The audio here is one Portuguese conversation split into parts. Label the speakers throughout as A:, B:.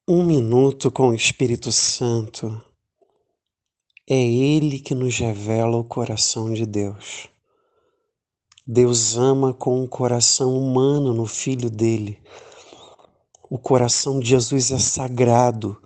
A: Um minuto com o Espírito Santo. É Ele que nos revela o coração de Deus. Deus ama com um coração humano no Filho dele. O coração de Jesus é sagrado,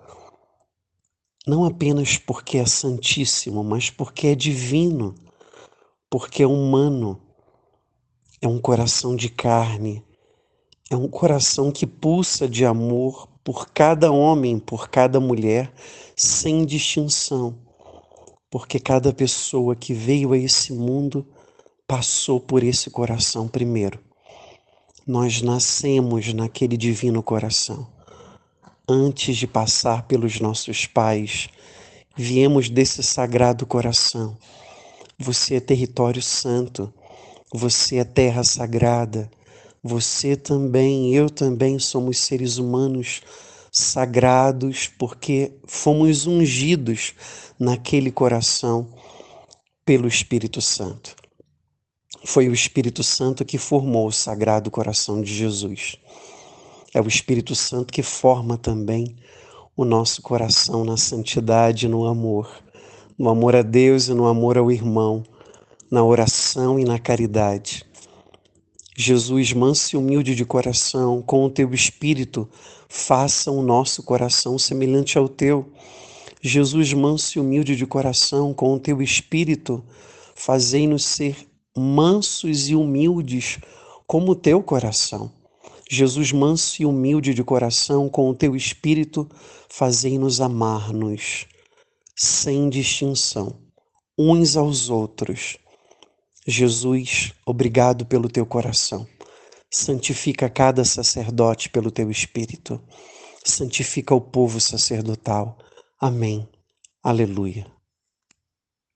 A: não apenas porque é santíssimo, mas porque é divino, porque é humano. É um coração de carne, é um coração que pulsa de amor por cada homem, por cada mulher, sem distinção. Porque cada pessoa que veio a esse mundo passou por esse coração primeiro. Nós nascemos naquele divino coração. Antes de passar pelos nossos pais, viemos desse sagrado coração. Você é território santo, você é terra sagrada, você também, eu também somos seres humanos sagrados porque fomos ungidos naquele coração pelo Espírito Santo. Foi o Espírito Santo que formou o Sagrado Coração de Jesus. É o Espírito Santo que forma também o nosso coração na santidade e no amor a Deus e no amor ao irmão, na oração e na caridade. Jesus, manso e humilde de coração, com o teu Espírito, faça o nosso coração semelhante ao teu. Jesus, manso e humilde de coração, com o teu Espírito, fazei-nos ser mansos e humildes como o teu coração. Jesus, manso e humilde de coração, com o teu Espírito, fazei-nos amar-nos, sem distinção, uns aos outros. Jesus, obrigado pelo teu coração. Santifica cada sacerdote pelo teu Espírito. Santifica o povo sacerdotal. Amém. Aleluia.